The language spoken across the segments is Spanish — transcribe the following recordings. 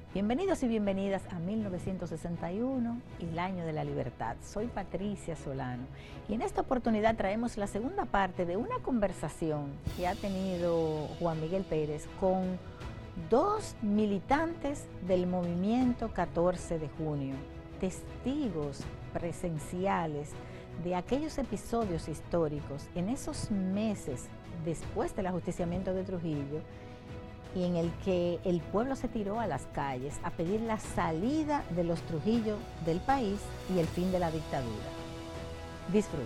Bienvenidos y bienvenidas a 1961, el año de la libertad. Soy Patricia Solano y en esta oportunidad traemos la segunda parte de una conversación que ha tenido Juan Miguel Pérez con dos militantes del movimiento 14 de junio, testigos presenciales de aquellos episodios históricos en esos meses después del ajusticiamiento de Trujillo, y en el que el pueblo se tiró a las calles a pedir la salida de los Trujillo del país y el fin de la dictadura. Disfruten.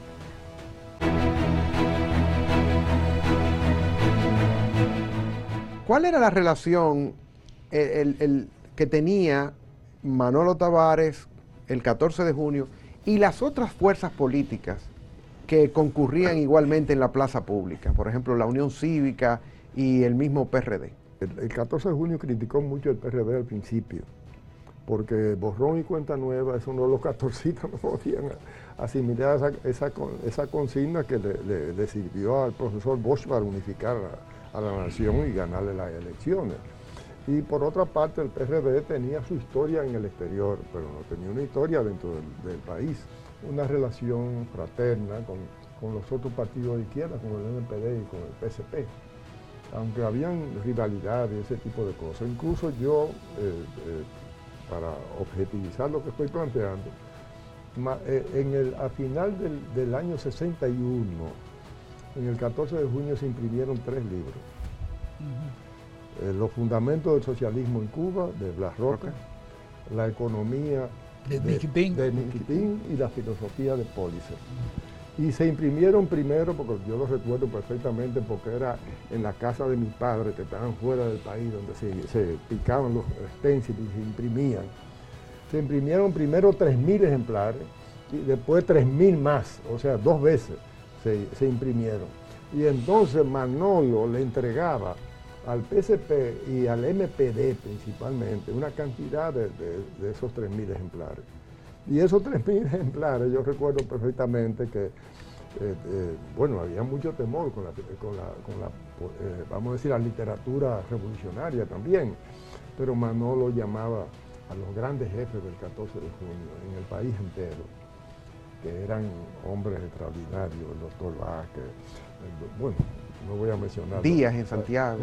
¿Cuál era la relación que tenía Manolo Tavares el 14 de junio y las otras fuerzas políticas que concurrían igualmente en la plaza pública? Por ejemplo, la Unión Cívica y el mismo PRD. El 14 de junio criticó mucho el PRD al principio, porque borrón y cuenta nueva, eso no, los catorcistas no podían asimilar esa consigna que le sirvió al profesor Bosch para unificar a la nación y ganarle las elecciones. Y por otra parte, el PRD tenía su historia en el exterior, pero no tenía una historia dentro del país. Una relación fraterna con los otros partidos de izquierda, con el NPD y con el PSP. Aunque habían rivalidades y ese tipo de cosas. Incluso yo, para objetivizar lo que estoy planteando, a final del año 61, en el 14 de junio se imprimieron 3 libros. Los fundamentos del socialismo en Cuba, de Blas Roca, la economía de Nikitin y la filosofía de Pólitzer. Y se imprimieron primero, porque yo lo recuerdo perfectamente, porque era en la casa de mis padres, que estaban fuera del país, donde se picaban los stencils y se imprimían. Se imprimieron primero 3.000 ejemplares y después 3.000 más, o sea, 2 veces se imprimieron. Y entonces Manolo le entregaba al PSP y al MPD principalmente una cantidad de esos 3.000 ejemplares. Y esos 3.000 ejemplares, yo recuerdo perfectamente que, bueno, había mucho temor con la vamos a decir, la literatura revolucionaria también, pero Manolo llamaba a los grandes jefes del 14 de junio en el país entero, que eran hombres extraordinarios, el doctor Vázquez, bueno, no voy a mencionar. Díaz en Santiago.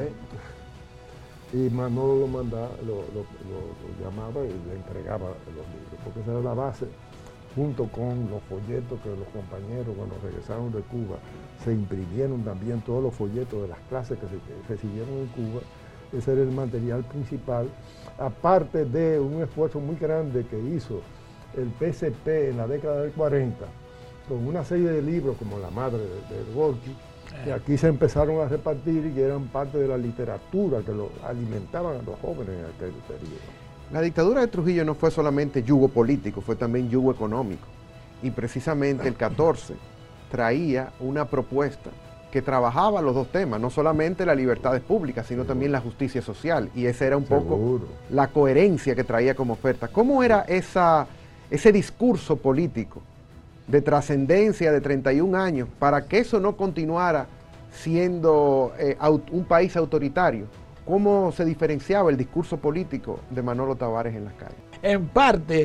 Y Manolo lo llamaba y le entregaba los libros, porque esa era la base, junto con los folletos que los compañeros cuando regresaron de Cuba se imprimieron también todos los folletos de las clases que se recibieron en Cuba. Ese era el material principal, aparte de un esfuerzo muy grande que hizo el PSP en la década del 40, con una serie de libros como La Madre de Gorky, que aquí se empezaron a repartir y que eran parte de la literatura que lo alimentaban a los jóvenes en aquel periodo. La dictadura de Trujillo no fue solamente yugo político, fue también yugo económico. Y precisamente el 14 traía una propuesta que trabajaba los dos temas, no solamente las libertades públicas, sino también la justicia social. Y esa era un poco la coherencia que traía como oferta. ¿Cómo era ese discurso político de trascendencia de 31 años para que eso no continuara siendo un país autoritario? ¿Cómo se diferenciaba el discurso político de Manolo Tavares en las calles? En parte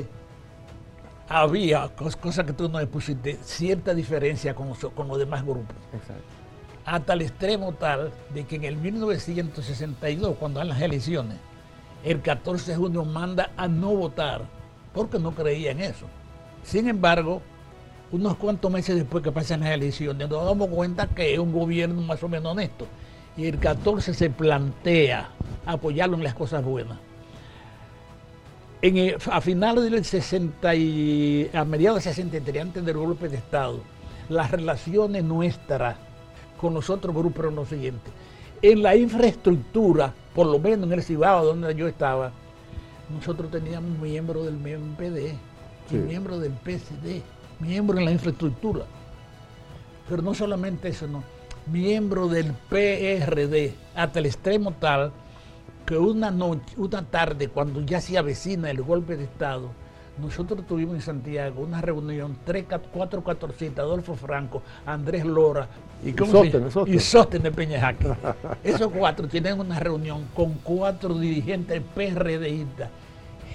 había, cosas que tú no expusiste, cierta diferencia con los demás grupos. Exacto. Hasta el extremo tal de que en el 1962, cuando dan las elecciones, el 14 de junio manda a no votar porque no creía en eso. Sin embargo, unos cuantos meses después que pasan las elecciones, nos damos cuenta que es un gobierno más o menos honesto. Y el 14 se plantea apoyarlo en las cosas buenas. A finales del 60 y a mediados del 63, antes del golpe de Estado, las relaciones nuestras con los otros grupos eran lo siguiente. En la infraestructura, por lo menos en el Cibao donde yo estaba, nosotros teníamos miembros del MPD y miembros del PSD, miembros en la infraestructura. Pero no solamente eso, no. Miembro del PRD, hasta el extremo tal que una tarde, cuando ya se avecina el golpe de Estado, nosotros tuvimos en Santiago una reunión, 4 catorcitas, Adolfo Franco, Andrés Lora y Sóstenes Peñajaque. Esos 4 tienen una reunión con 4 dirigentes PRDistas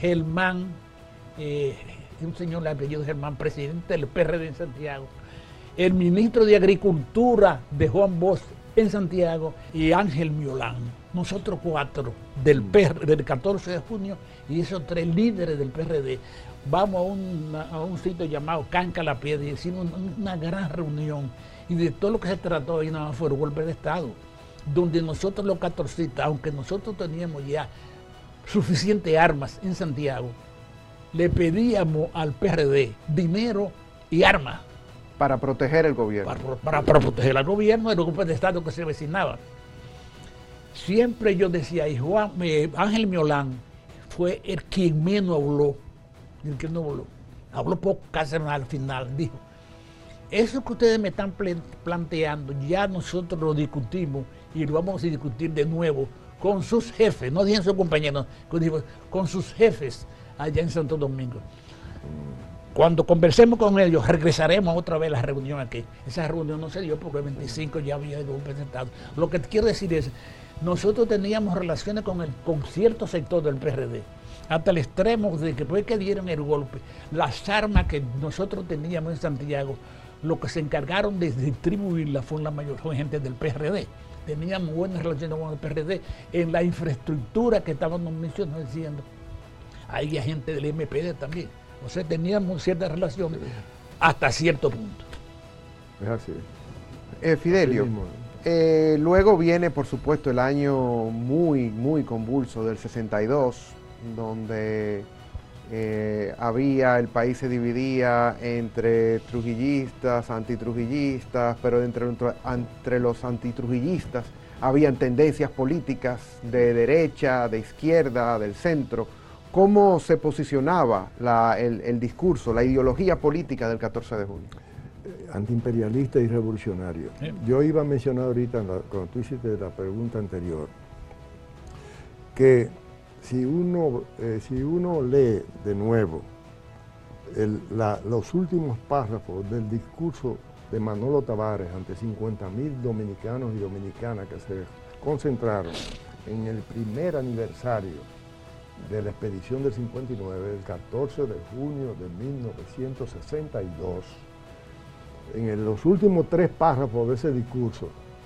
Germán, un señor de apellido Germán, presidente del PRD en Santiago, el ministro de Agricultura de Juan Bosch en Santiago y Ángel Miolán. Nosotros 4 del 14 de junio y esos 3 líderes del PRD vamos a un sitio llamado Canca la Piedra y hicimos una gran reunión y de todo lo que se trató ahí nada más fue el golpe de Estado, donde nosotros los catorcistas, aunque nosotros teníamos ya suficientes armas en Santiago, le pedíamos al PRD dinero y armas. Para proteger el gobierno. Para proteger al gobierno de los golpes de Estado que se avecinaban. Siempre yo decía, y Ángel Miolán fue el quien menos habló, el que no habló. Habló poco, casi al final, dijo, eso que ustedes me están planteando, ya nosotros lo discutimos y lo vamos a discutir de nuevo con sus jefes, no digan sus compañeros, con sus jefes allá en Santo Domingo. Cuando conversemos con ellos, regresaremos otra vez a la reunión aquí. Esa reunión no se dio porque el 25 ya había el golpe de Estado. Lo que quiero decir es, nosotros teníamos relaciones con cierto sector del PRD, hasta el extremo de que después que dieron el golpe, las armas que nosotros teníamos en Santiago, lo que se encargaron de distribuirlas fue la mayor gente del PRD. Teníamos buenas relaciones con el PRD en la infraestructura que estábamos mencionando, diciendo. Hay gente del MPD también. O sea, teníamos ciertas relaciones hasta cierto punto. Es así. Fidelio, luego viene, por supuesto, el año muy, muy convulso del 62, donde el país se dividía entre trujillistas, antitrujillistas, pero entre los antitrujillistas habían tendencias políticas de derecha, de izquierda, del centro. ¿Cómo se posicionaba el discurso, la ideología política del 14 de junio? Antiimperialista y revolucionario. Sí. Yo iba a mencionar ahorita, cuando tú hiciste la pregunta anterior, que si uno lee de nuevo los últimos párrafos del discurso de Manolo Tavares ante 50.000 dominicanos y dominicanas que se concentraron en el primer aniversario de la expedición del 59, el 14 de junio de 1962, en los últimos 3 párrafos de ese discurso,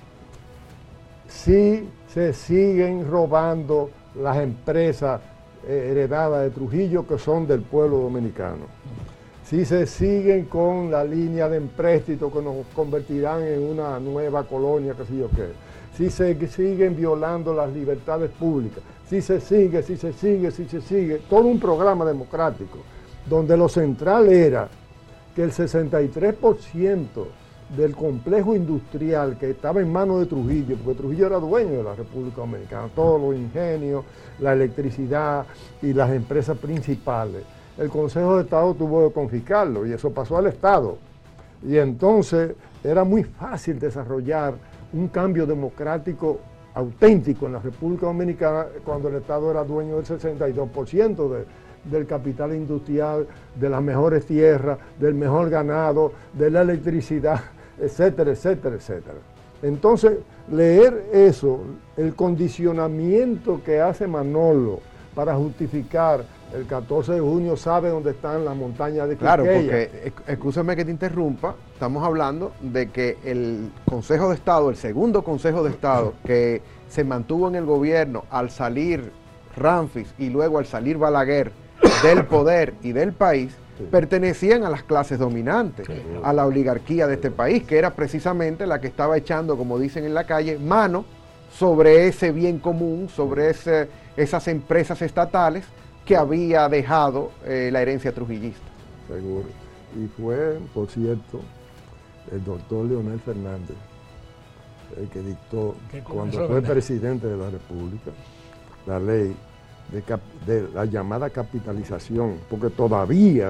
sí se siguen robando las empresas heredadas de Trujillo que son del pueblo dominicano. Sí se siguen con la línea de empréstito que nos convertirán en una nueva colonia, qué sé yo qué. Sí se siguen violando las libertades públicas. Sí se sigue. Todo un programa democrático donde lo central era que el 63% del complejo industrial que estaba en manos de Trujillo, porque Trujillo era dueño de la República Dominicana, todos los ingenios, la electricidad y las empresas principales, el Consejo de Estado tuvo que confiscarlo y eso pasó al Estado. Y entonces era muy fácil desarrollar un cambio democrático auténtico en la República Dominicana cuando el Estado era dueño del 62% del capital industrial, de las mejores tierras, del mejor ganado, de la electricidad, etcétera, etcétera, etcétera. Entonces, leer eso, el condicionamiento que hace Manolo para justificar el 14 de junio, sabe dónde están las montañas de Quiqueya. Claro, porque, escúchame que te interrumpa, estamos hablando de que el Consejo de Estado, el segundo Consejo de Estado que se mantuvo en el gobierno al salir Ramfis y luego al salir Balaguer del poder y del país, sí, pertenecían a las clases dominantes, sí, a la oligarquía de este país, que era precisamente la que estaba echando, como dicen en la calle, mano sobre ese bien común, sobre esas empresas estatales que había dejado la herencia trujillista. Seguro. Y fue, por cierto, el doctor Leonel Fernández el que dictó, cuando fue presidente de la República, la ley de la llamada capitalización, porque todavía,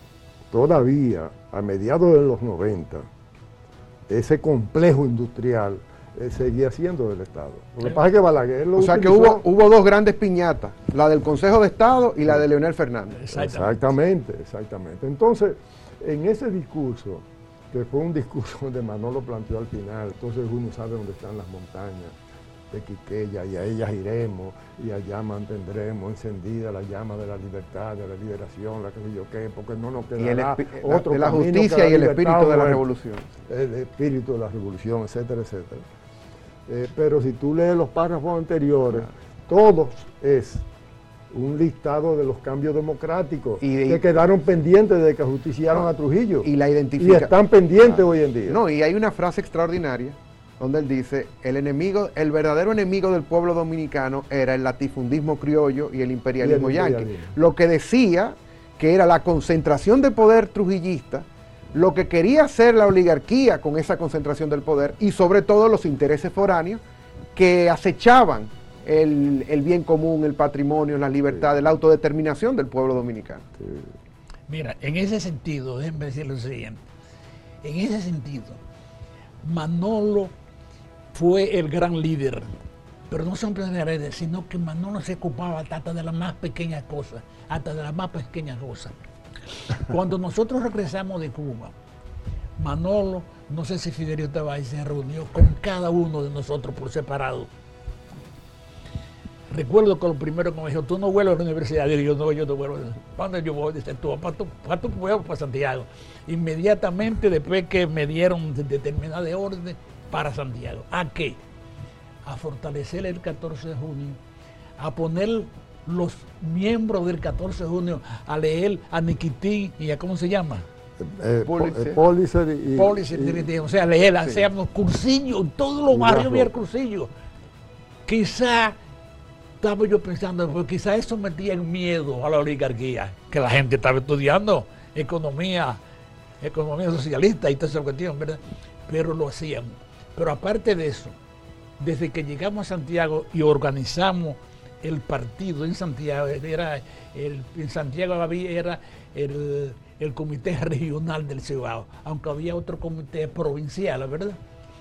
a mediados de los 90, ese complejo industrial seguía siendo del Estado. Lo que pasa es que Balaguer lo utilizó. Que hubo dos grandes piñatas, la del Consejo de Estado y la de Leonel Fernández. Exactamente. Entonces, en ese discurso, que fue un discurso donde Manolo planteó al final, entonces uno sabe dónde están las montañas, de Quiqueya, y a ellas iremos, y allá mantendremos encendida la llama de la libertad, de la liberación, la que sé yo qué, porque no nos quedará otro de la camino justicia y el espíritu de la revolución. El espíritu de la revolución, etcétera, etcétera. Pero si tú lees los párrafos anteriores, todos es un listado de los cambios democráticos que quedaron pendientes de que ajusticiaron a Trujillo. Y la Y identifica. están pendientes hoy en día. No, y hay una frase extraordinaria donde él dice, el verdadero enemigo del pueblo dominicano era el latifundismo criollo y el imperialismo yanqui. Lo que decía que era la concentración de poder trujillista, lo que quería hacer la oligarquía con esa concentración del poder y sobre todo los intereses foráneos que acechaban el bien común, el patrimonio, la libertad, la autodeterminación del pueblo dominicano. Sí. Mira, en ese sentido, déjenme decir lo siguiente. En ese sentido, Manolo fue el gran líder, pero no siempre de redes, sino que Manolo se ocupaba hasta de las más pequeñas cosas, Cuando nosotros regresamos de Cuba, Manolo, no sé si Fidelio estaba ahí, se reunió con cada uno de nosotros por separado. Recuerdo que lo primero que me dijo, tú no vuelves a la universidad. Y yo no vuelvo. ¿Cuándo yo voy? Dice, tú vuelves para Santiago. Inmediatamente después que me dieron determinada orden para Santiago. ¿A qué? A fortalecer el 14 de junio, a poner los miembros del 14 de junio a leer a Niquitín y a, ¿cómo se llama? Pólizar o sea, leer, hacíamos cursillos, en todos los barrios había cursillos. Quizá estaba yo pensando, pues quizá eso metía en miedo a la oligarquía, que la gente estaba estudiando economía socialista y toda esa cuestión, ¿verdad? Pero lo hacíamos. Pero aparte de eso, desde que llegamos a Santiago y organizamos el partido en Santiago, era el comité regional del Cibao, aunque había otro comité provincial, ¿verdad?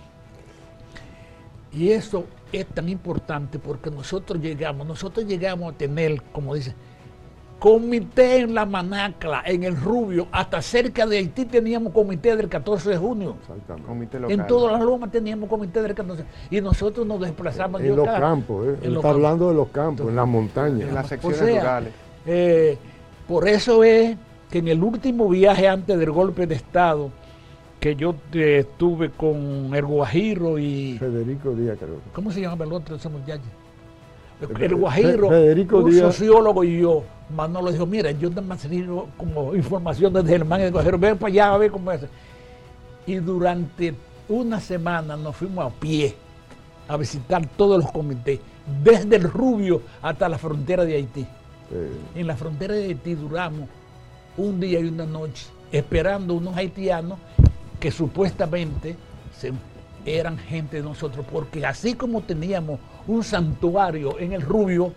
Y eso es tan importante porque nosotros llegamos a tener, como dice, comité en la Manacla, en el Rubio, hasta cerca de Haití teníamos comité del 14 de junio. Comité local. En todas las lomas teníamos comité del 14 y nosotros nos desplazamos. En los campos, él está hablando de los campos, en las montañas. En las secciones rurales. Por eso es que en el último viaje antes del golpe de Estado, que yo estuve con el Guajiro y... Federico Díaz, creo. ¿Cómo se llama el otro de esos muchachos? El Guajiro, Federico un Díaz, sociólogo y yo. Manolo dijo, mira, yo nada más digo como información desde el man y del Guajiro, ven para allá a ver cómo es. Y durante una semana nos fuimos a pie a visitar todos los comités, desde el Rubio hasta la frontera de Haití. En la frontera de Haití duramos un día y una noche esperando unos haitianos que supuestamente eran gente de nosotros, porque así como teníamos un santuario en el Rubio,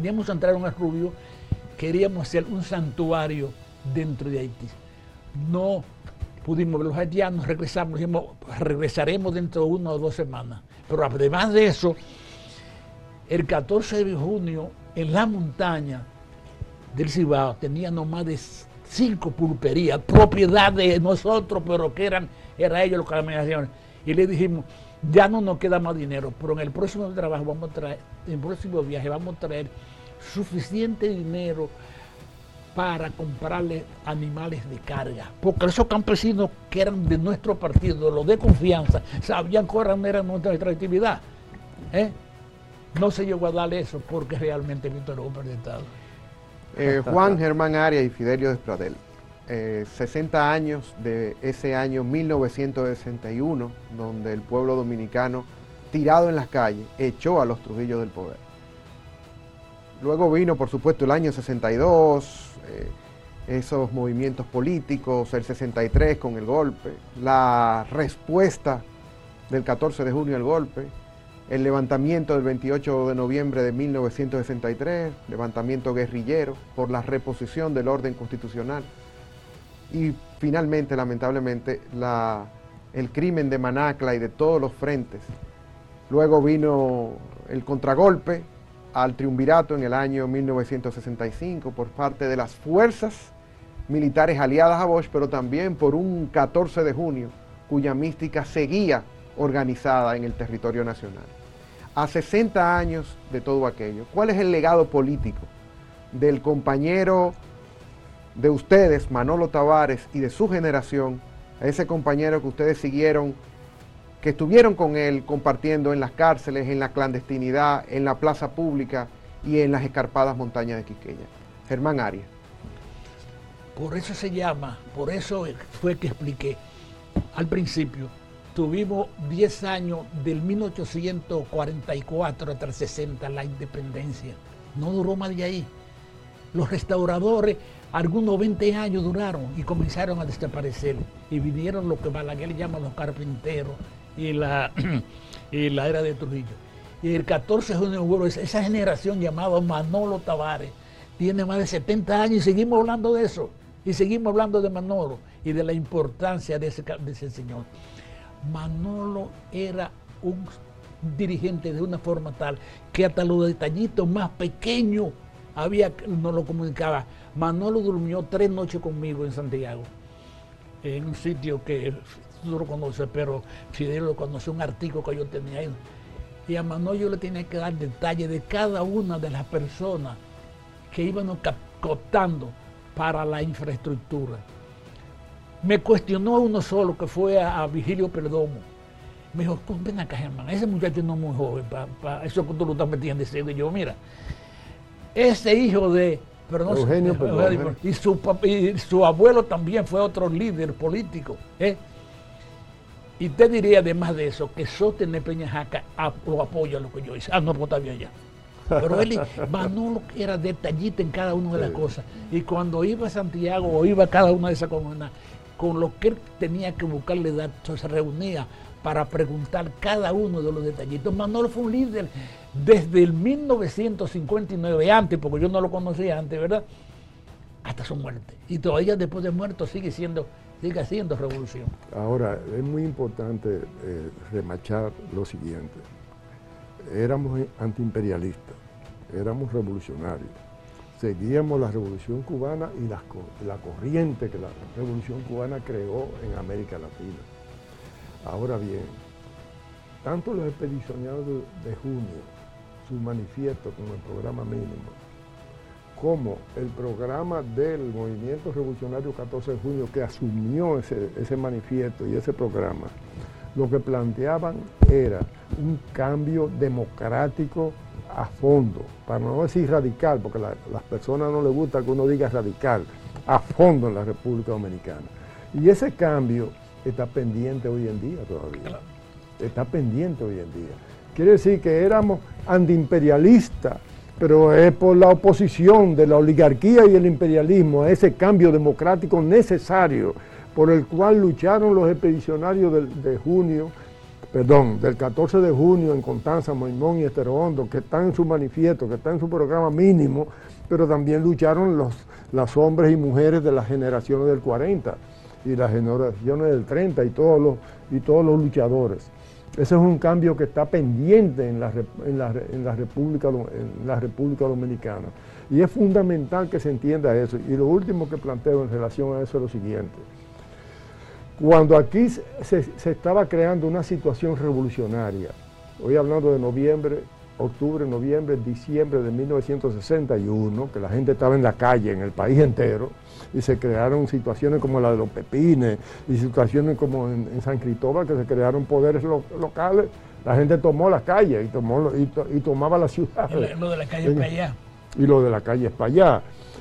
queríamos hacer un santuario dentro de Haití. No pudimos ver los haitianos, regresamos, dijimos, regresaremos dentro de 1 o 2 semanas. Pero además de eso, el 14 de junio, en la montaña del Cibao, teníamos más de 5 pulperías, propiedad de nosotros, pero que era ellos los que la hacían. Y le dijimos, ya no nos queda más dinero, pero en el próximo trabajo vamos a traer, en el próximo viaje vamos a traer suficiente dinero para comprarle animales de carga. Porque esos campesinos que eran de nuestro partido, los de confianza, sabían cuál era nuestra actividad. No se llegó a darle eso porque realmente Víctor Gómez de Estado. Juan Germán Arias y Fidelio Despradel, 60 años de ese año 1961, donde el pueblo dominicano, tirado en las calles, echó a los Trujillos del poder. Luego vino, por supuesto, el año 62, esos movimientos políticos, el 63 con el golpe, la respuesta del 14 de junio al golpe, el levantamiento del 28 de noviembre de 1963, levantamiento guerrillero por la reposición del orden constitucional y finalmente, lamentablemente, el crimen de Manacla y de todos los frentes. Luego vino el contragolpe al triunvirato en el año 1965 por parte de las fuerzas militares aliadas a Bosch, pero también por un 14 de junio cuya mística seguía organizada en el territorio nacional. a 60 años de todo aquello, ¿cuál es el legado político del compañero de ustedes, Manolo Tavares, y de su generación, a ese compañero que ustedes siguieron, que estuvieron con él compartiendo en las cárceles, en la clandestinidad, en la plaza pública y en las escarpadas montañas de Quisqueya? Germán Arias. Por eso se llama, por eso fue que expliqué al principio. Tuvimos 10 años del 1844 hasta el 60, la independencia. No duró más de ahí. Los restauradores, algunos 20 años duraron y comenzaron a desaparecer. Y vinieron lo que Balaguer llama los carpinteros y la era de Trujillo. Y el 14 de junio, esa generación llamada Manolo Tavares tiene más de 70 años y seguimos hablando de eso. Y seguimos hablando de Manolo y de la importancia de ese señor. Manolo era un dirigente de una forma tal que hasta los detallitos más pequeños nos lo comunicaba. Manolo durmió 3 noches conmigo en Santiago, en un sitio que tú lo conoces, pero Fidel lo conoce, un artículo que yo tenía ahí. Y a Manolo yo le tenía que dar detalles de cada una de las personas que íbamos captando para la infraestructura. Me cuestionó uno solo, que fue a Vigilio Perdomo. Me dijo, ven acá, Germán, ese muchacho no es muy joven para eso que tú lo estás metiendo. Y yo, mira, ese hijo de Eugenio Perdomo, y su abuelo también fue otro líder político. Y te diría, además de eso, que Sóstenes Peña Jaca lo apoya lo que yo hice. No, pues está bien ya. Pero él, Manolo, era detallista en cada una de las cosas. Y cuando iba a Santiago o iba a cada una de esas comunas, con lo que él tenía que buscarle datos, se reunía para preguntar cada uno de los detallitos. Manolo fue un líder desde el 1959, antes, porque yo no lo conocía antes, ¿verdad? Hasta su muerte. Y todavía después de muerto sigue haciendo revolución. Ahora, es muy importante remachar lo siguiente. Éramos antiimperialistas, éramos revolucionarios, seguíamos la Revolución Cubana y la corriente que la Revolución Cubana creó en América Latina. Ahora bien, tanto los expedicionarios de junio, su manifiesto como el programa mínimo, como el programa del Movimiento Revolucionario 14 de junio que asumió ese manifiesto y ese programa, lo que planteaban era un cambio democrático a fondo, para no decir radical, porque a las personas no les gusta que uno diga radical, a fondo en la República Dominicana. Y ese cambio está pendiente hoy en día todavía. Está pendiente hoy en día. Quiere decir que éramos antiimperialistas, pero es por la oposición de la oligarquía y el imperialismo a ese cambio democrático necesario por el cual lucharon los expedicionarios del 14 de junio en Constanza, Moimón y Estero Hondo, que están en su manifiesto, que están en su programa mínimo, pero también lucharon los hombres y mujeres de las generaciones del 40 y las generaciones del 30 y todos los luchadores. Ese es un cambio que está pendiente en la República Dominicana. Y es fundamental que se entienda eso. Y lo último que planteo en relación a eso es lo siguiente. Cuando aquí se estaba creando una situación revolucionaria, hoy hablando de octubre, noviembre, diciembre de 1961, que la gente estaba en la calle, en el país entero, y se crearon situaciones como la de los Pepines, y situaciones como en San Cristóbal, que se crearon poderes locales, la gente tomó la calle y tomaba la ciudad. Lo de la calle es para allá. Y lo de la calle es para allá.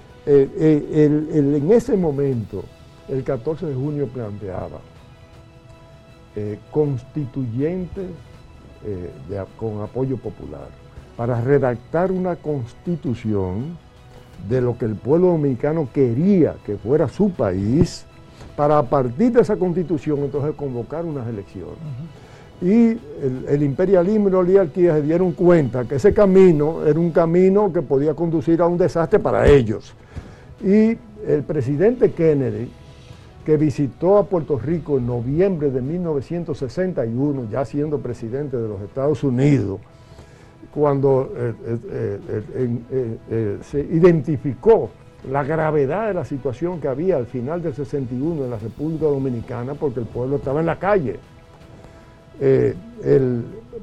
En ese momento, el 14 de junio planteaba constituyentes con apoyo popular para redactar una constitución de lo que el pueblo dominicano quería que fuera su país, para a partir de esa constitución entonces convocar unas elecciones. Y el imperialismo y la oligarquía se dieron cuenta que ese camino era un camino que podía conducir a un desastre para ellos. Y el presidente Kennedy, que visitó a Puerto Rico en noviembre de 1961, ya siendo presidente de los Estados Unidos, cuando se identificó la gravedad de la situación que había al final del 61 en la República Dominicana, porque el pueblo estaba en la calle. El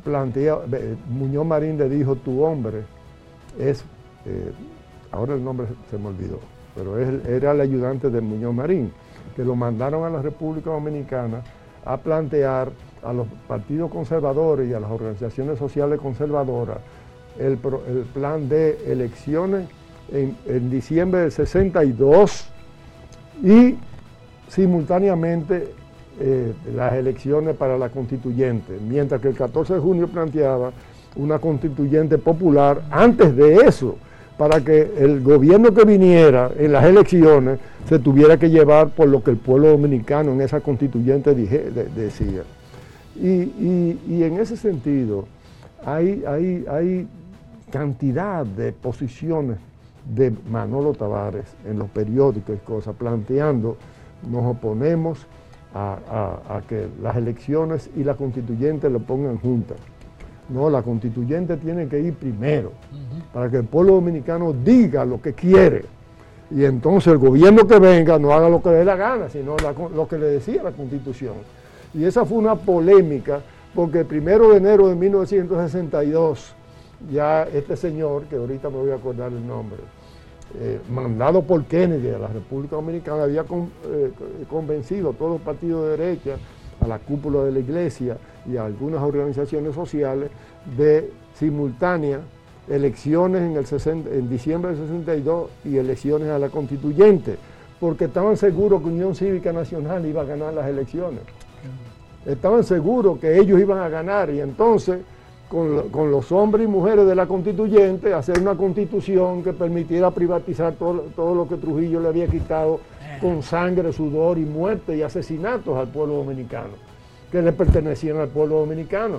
Muñoz Marín le dijo, tu hombre es, ahora el nombre se me olvidó, pero era el ayudante de Muñoz Marín, que lo mandaron a la República Dominicana a plantear a los partidos conservadores y a las organizaciones sociales conservadoras el plan de elecciones en diciembre del 62 y simultáneamente las elecciones para la constituyente, mientras que el 14 de junio planteaba una constituyente popular antes de eso, para que el gobierno que viniera en las elecciones se tuviera que llevar por lo que el pueblo dominicano en esa constituyente decía. Y en ese sentido hay cantidad de posiciones de Manolo Tavares en los periódicos y cosas, planteando, nos oponemos a que las elecciones y la constituyente lo pongan juntas. No, la constituyente tiene que ir primero, para que el pueblo dominicano diga lo que quiere. Y entonces el gobierno que venga no haga lo que le dé la gana, sino lo que le decía la Constitución. Y esa fue una polémica, porque el 1 de enero de 1962, ya este señor, que ahorita me voy a acordar el nombre, mandado por Kennedy a la República Dominicana, había convencido a todos los partidos de derecha, a la cúpula de la iglesia y a algunas organizaciones sociales de simultáneas elecciones en diciembre del 62 y elecciones a la constituyente, porque estaban seguros que Unión Cívica Nacional iba a ganar las elecciones. Estaban seguros que ellos iban a ganar y entonces con los hombres y mujeres de la constituyente hacer una constitución que permitiera privatizar todo lo que Trujillo le había quitado con sangre, sudor y muerte y asesinatos al pueblo dominicano, que le pertenecían al pueblo dominicano.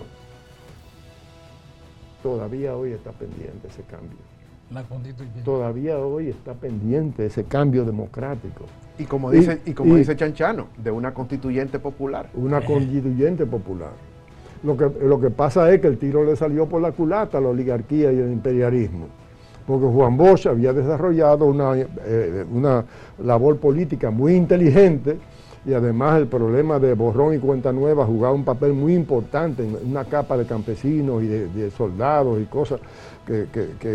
Todavía hoy está pendiente ese cambio. La constituyente. Todavía hoy está pendiente ese cambio democrático. Y como dice Chanchano, de una constituyente popular. Una constituyente popular. Lo que pasa es que el tiro le salió por la culata a la oligarquía y el imperialismo, porque Juan Bosch había desarrollado una labor política muy inteligente y además el problema de borrón y cuenta nueva jugaba un papel muy importante en una capa de campesinos y de soldados y cosas que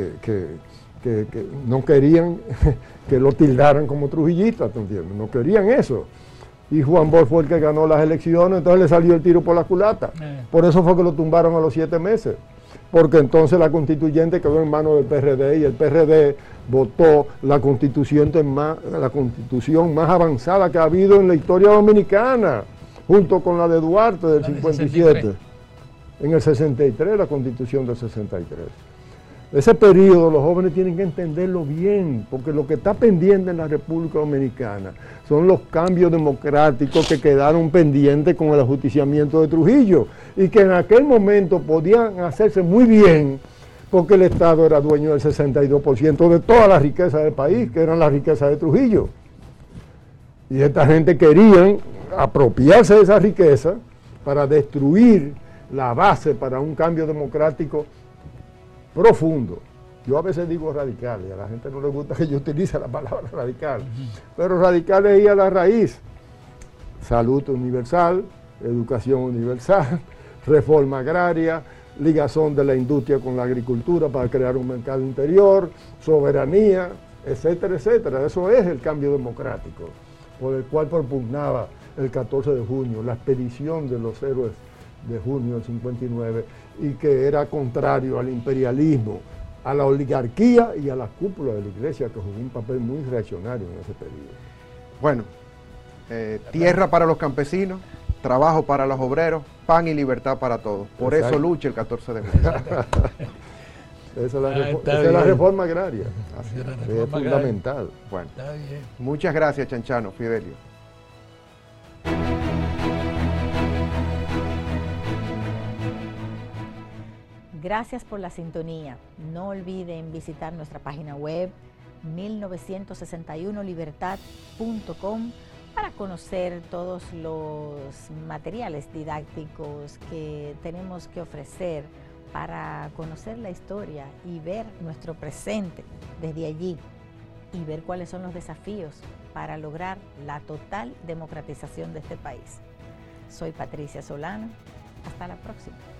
no querían que lo tildaran como trujillista, ¿te entiendes? No querían eso. Y Juan Bosch fue el que ganó las elecciones, entonces le salió el tiro por la culata. Por eso fue que lo tumbaron a los 7 meses. Porque entonces la constituyente quedó en manos del PRD y el PRD votó la constitución más avanzada que ha habido en la historia dominicana, junto con la de Duarte del 57. En el 63, la constitución del 63. Ese periodo los jóvenes tienen que entenderlo bien, porque lo que está pendiente en la República Dominicana son los cambios democráticos que quedaron pendientes con el ajusticiamiento de Trujillo y que en aquel momento podían hacerse muy bien porque el Estado era dueño del 62% de toda la riqueza del país, que eran las riquezas de Trujillo. Y esta gente querían apropiarse de esa riqueza para destruir la base para un cambio democrático profundo. Yo a veces digo radical y a la gente no le gusta que yo utilice la palabra radical, pero radical es ir a la raíz. Salud universal, educación universal, reforma agraria, ligazón de la industria con la agricultura para crear un mercado interior, soberanía, etcétera, etcétera. Eso es el cambio democrático por el cual propugnaba el 14 de junio, la expedición de los héroes de junio del 59, y que era contrario al imperialismo, a la oligarquía y a la cúpula de la iglesia, que jugó un papel muy reaccionario en ese periodo. Bueno, tierra para los campesinos, trabajo para los obreros, pan y libertad para todos. Por Exacto. Eso lucha el 14 de junio. Esa es la reforma agraria. Es fundamental. Bueno, muchas gracias, Chanchano, Fidelio. Gracias por la sintonía. No olviden visitar nuestra página web 1961libertad.com para conocer todos los materiales didácticos que tenemos que ofrecer para conocer la historia y ver nuestro presente desde allí y ver cuáles son los desafíos para lograr la total democratización de este país. Soy Patricia Solano. Hasta la próxima.